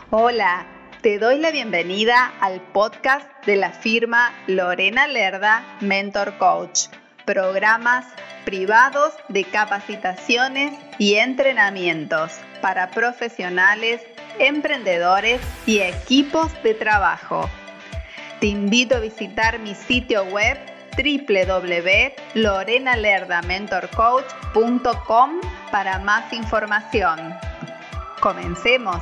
Hola, te doy la bienvenida al podcast de la firma Lorena Lerda Mentor Coach, programas privados de capacitaciones y entrenamientos para profesionales, emprendedores y equipos de trabajo. Te invito a visitar mi sitio web www.lorenalerdamentorcoach.com para más información. Comencemos.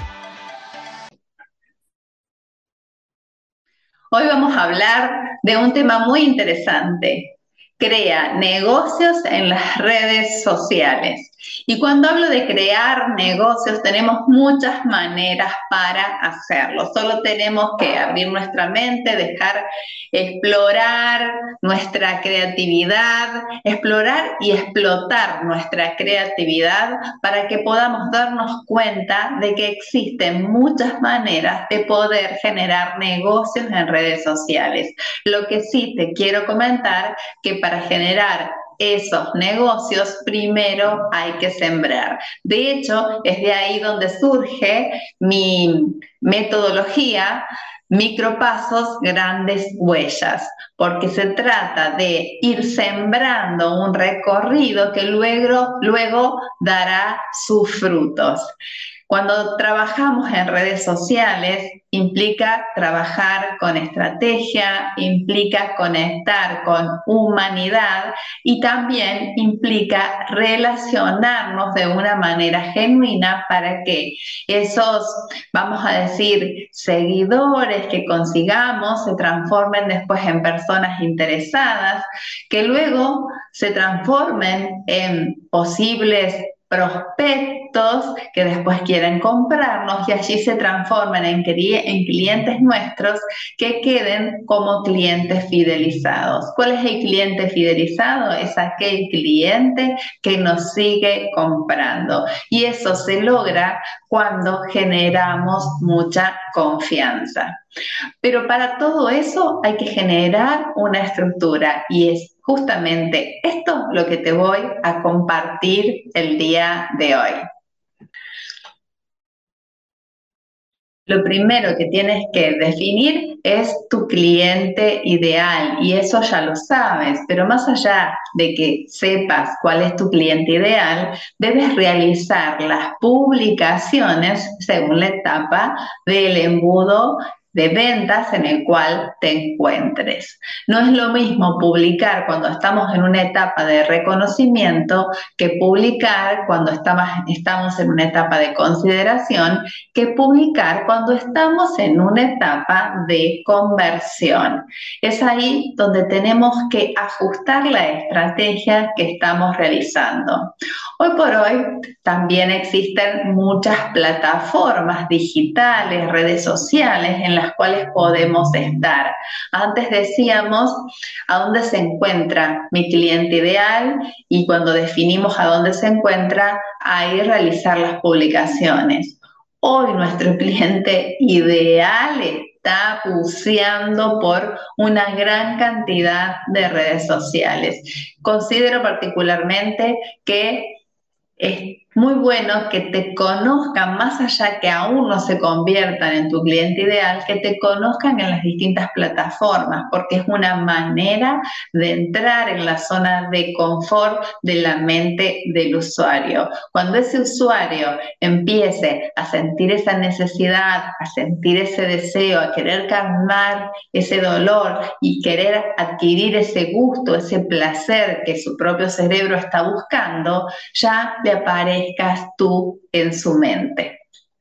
Hoy vamos a hablar de un tema muy interesante. Crea negocios en las redes sociales. Y cuando hablo de crear negocios, tenemos muchas maneras para hacerlo. Solo tenemos que abrir nuestra mente, dejar explorar nuestra creatividad, explorar y explotar nuestra creatividad para que podamos darnos cuenta de que existen muchas maneras de poder generar negocios en redes sociales. Lo que sí te quiero comentar que para generar esos negocios, primero hay que sembrar. De hecho, es de ahí donde surge mi metodología Micropasos, grandes huellas, porque se trata de ir sembrando un recorrido que luego dará sus frutos. Cuando trabajamos en redes sociales, implica trabajar con estrategia, implica conectar con humanidad y también implica relacionarnos de una manera genuina para que esos, vamos a decir, seguidores que consigamos se transformen después en personas interesadas, que luego se transformen en posibles prospectos que después quieren comprarnos y allí se transforman en clientes nuestros que queden como clientes fidelizados. ¿Cuál es el cliente fidelizado? Es aquel cliente que nos sigue comprando y eso se logra cuando generamos mucha confianza. Pero para todo eso hay que generar una estructura y es justamente esto lo que te voy a compartir el día de hoy. Lo primero que tienes que definir es tu cliente ideal y eso ya lo sabes, pero más allá de que sepas cuál es tu cliente ideal, debes realizar las publicaciones según la etapa del embudo de ventas en el cual te encuentres. No es lo mismo publicar cuando estamos en una etapa de reconocimiento que publicar cuando estamos en una etapa de consideración, que publicar cuando estamos en una etapa de conversión. Es ahí donde tenemos que ajustar la estrategia que estamos realizando. Hoy por hoy también existen muchas plataformas digitales, redes sociales en las cuales podemos estar. Antes decíamos a dónde se encuentra mi cliente ideal y cuando definimos a dónde se encuentra, ahí realizar las publicaciones. Hoy nuestro cliente ideal está buceando por una gran cantidad de redes sociales. Considero particularmente que es muy bueno que te conozcan, más allá que aún no se conviertan en tu cliente ideal, que te conozcan en las distintas plataformas, porque es una manera de entrar en la zona de confort de la mente del usuario. Cuando ese usuario empiece a sentir esa necesidad, a sentir ese deseo, a querer calmar ese dolor y querer adquirir ese gusto, ese placer que su propio cerebro está buscando, ya le aparezcas tú en su mente.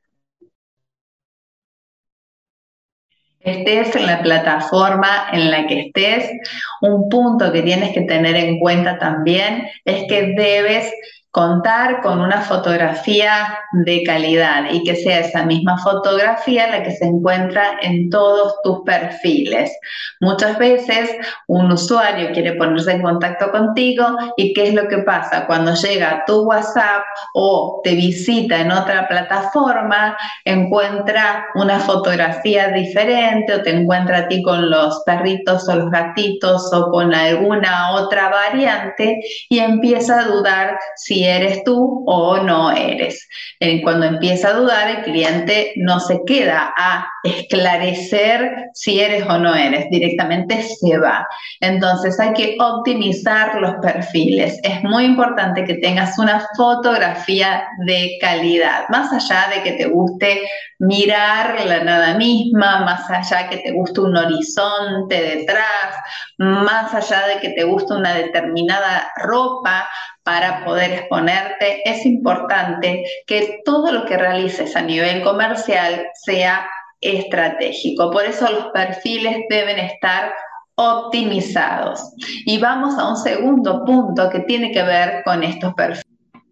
Estés en la plataforma en la que estés, un punto que tienes que tener en cuenta también es que debes contar con una fotografía de calidad y que sea esa misma fotografía la que se encuentra en todos tus perfiles. Muchas veces un usuario quiere ponerse en contacto contigo y ¿qué es lo que pasa? Cuando llega a tu WhatsApp o te visita en otra plataforma, encuentra una fotografía diferente o te encuentra a ti con los perritos o los gatitos o con alguna otra variante y empieza a dudar si si eres tú o no eres. Cuando empieza a dudar, el cliente no se queda a esclarecer si eres o no eres, directamente se va. Entonces hay que optimizar los perfiles. Es muy importante que tengas una fotografía de calidad, más allá de que te guste mirar la nada misma, más allá de que te guste un horizonte detrás, más allá de que te guste una determinada ropa para poder exponerte. Es importante que todo lo que realices a nivel comercial sea estratégico. Por eso los perfiles deben estar optimizados. Y vamos a un segundo punto que tiene que ver con estos perfiles.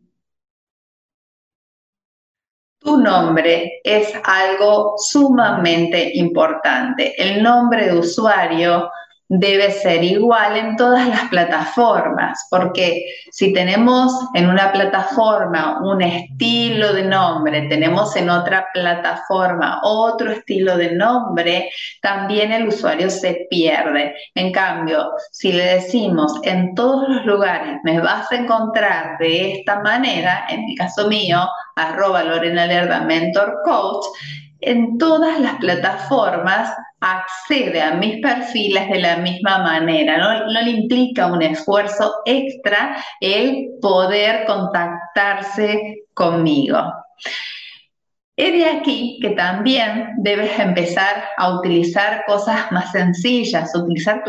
Tu nombre es algo sumamente importante. El nombre de usuario debe ser igual en todas las plataformas, porque si tenemos en una plataforma un estilo de nombre, tenemos en otra plataforma otro estilo de nombre, también el usuario se pierde. En cambio, si le decimos en todos los lugares me vas a encontrar de esta manera, en el caso mío, @Lorena Mentor Coach, en todas las plataformas accede a mis perfiles de la misma manera, no le implica un esfuerzo extra el poder contactarse conmigo. He de aquí que también debes empezar a utilizar cosas más sencillas, utilizar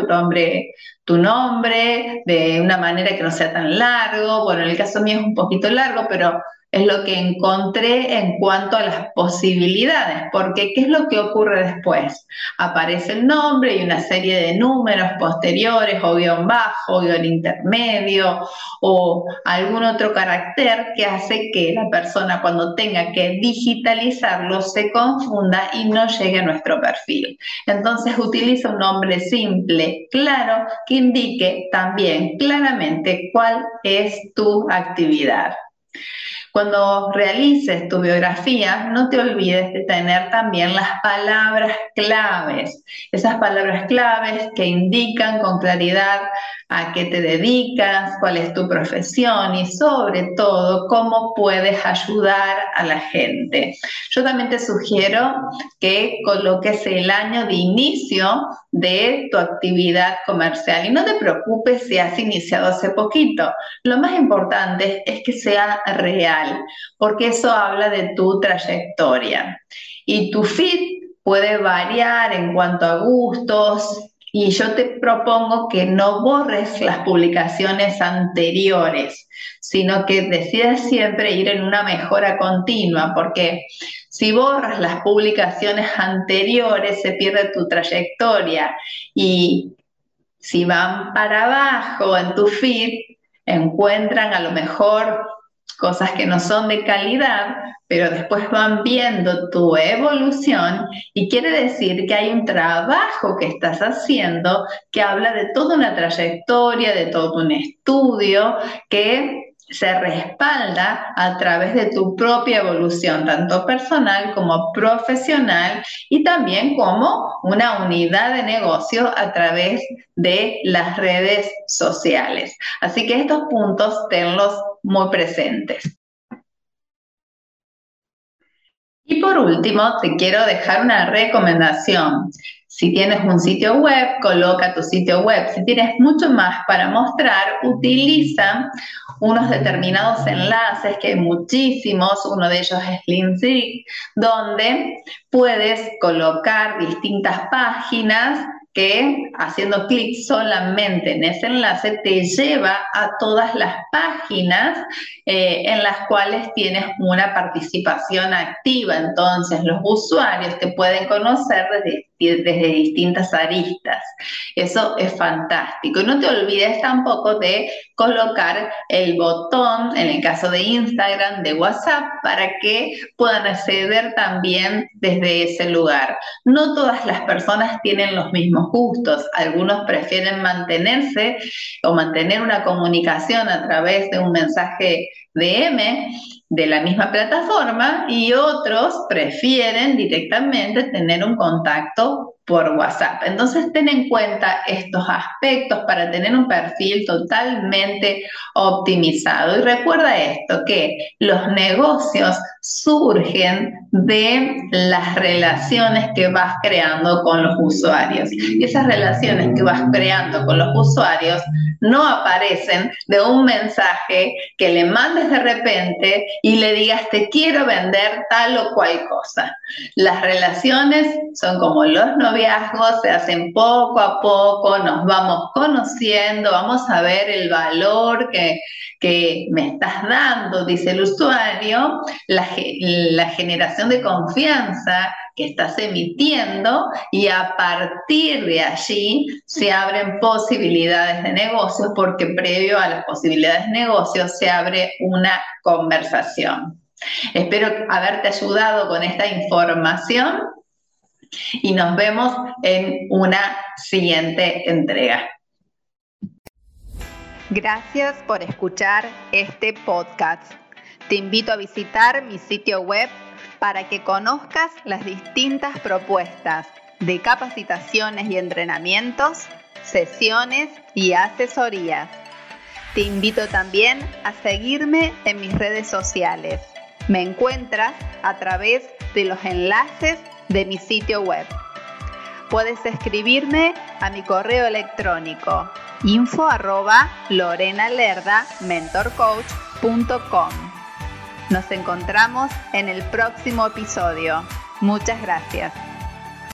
tu nombre de una manera que no sea tan largo. Bueno, en el caso mío es un poquito largo, pero es lo que encontré en cuanto a las posibilidades, porque ¿qué es lo que ocurre después? Aparece el nombre y una serie de números posteriores, o guión bajo, guión intermedio, o algún otro carácter que hace que la persona, cuando tenga que digitalizarlo, se confunda y no llegue a nuestro perfil. Entonces utiliza un nombre simple, claro, que indique también claramente cuál es tu actividad. Cuando realices tu biografía, no te olvides de tener también las palabras claves. Esas palabras claves que indican con claridad a qué te dedicas, cuál es tu profesión y sobre todo cómo puedes ayudar a la gente. Yo también te sugiero que coloques el año de inicio de tu actividad comercial y no te preocupes si has iniciado hace poquito. Lo más importante es que sea real, porque eso habla de tu trayectoria. Y tu feed puede variar en cuanto a gustos, y yo te propongo que no borres las publicaciones anteriores, sino que decidas siempre ir en una mejora continua, porque si borras las publicaciones anteriores se pierde tu trayectoria, y si van para abajo en tu feed, encuentran a lo mejor cosas que no son de calidad, pero después van viendo tu evolución y quiere decir que hay un trabajo que estás haciendo que habla de toda una trayectoria, de todo un estudio que se respalda a través de tu propia evolución, tanto personal como profesional, y también como una unidad de negocio a través de las redes sociales. Así que estos puntos tenlos muy presentes. Y por último, te quiero dejar una recomendación. Si tienes un sitio web, coloca tu sitio web. Si tienes mucho más para mostrar, utiliza unos determinados enlaces, que hay muchísimos, uno de ellos es Linktree, donde puedes colocar distintas páginas que haciendo clic solamente en ese enlace te lleva a todas las páginas en las cuales tienes una participación activa. Entonces los usuarios te pueden conocer desde distintas aristas. Eso es fantástico. Y no te olvides tampoco de colocar el botón, en el caso de Instagram, de WhatsApp, para que puedan acceder también desde ese lugar. No todas las personas tienen los mismos gustos. Algunos prefieren mantenerse o mantener una comunicación a través de un mensaje DM de la misma plataforma, y otros prefieren directamente tener un contacto por WhatsApp. Entonces, ten en cuenta estos aspectos para tener un perfil totalmente optimizado. Y recuerda esto, que los negocios surgen de las relaciones que vas creando con los usuarios. Y esas relaciones que vas creando con los usuarios no aparecen de un mensaje que le mandes de repente y le digas te quiero vender tal o cual cosa. Las relaciones son como los noviazgos, se hacen poco a poco, nos vamos conociendo, vamos a ver el valor que me estás dando, dice el usuario, la generación de confianza que estás emitiendo, y a partir de allí se abren posibilidades de negocios, porque previo a las posibilidades de negocios se abre una conversación. Espero haberte ayudado con esta información y nos vemos en una siguiente entrega. Gracias por escuchar este podcast. Te invito a visitar mi sitio web para que conozcas las distintas propuestas de capacitaciones y entrenamientos, sesiones y asesorías. Te invito también a seguirme en mis redes sociales. Me encuentras a través de los enlaces de mi sitio web. Puedes escribirme a mi correo electrónico info@lorenalerdamentorcoach.com. Nos encontramos en el próximo episodio. Muchas gracias.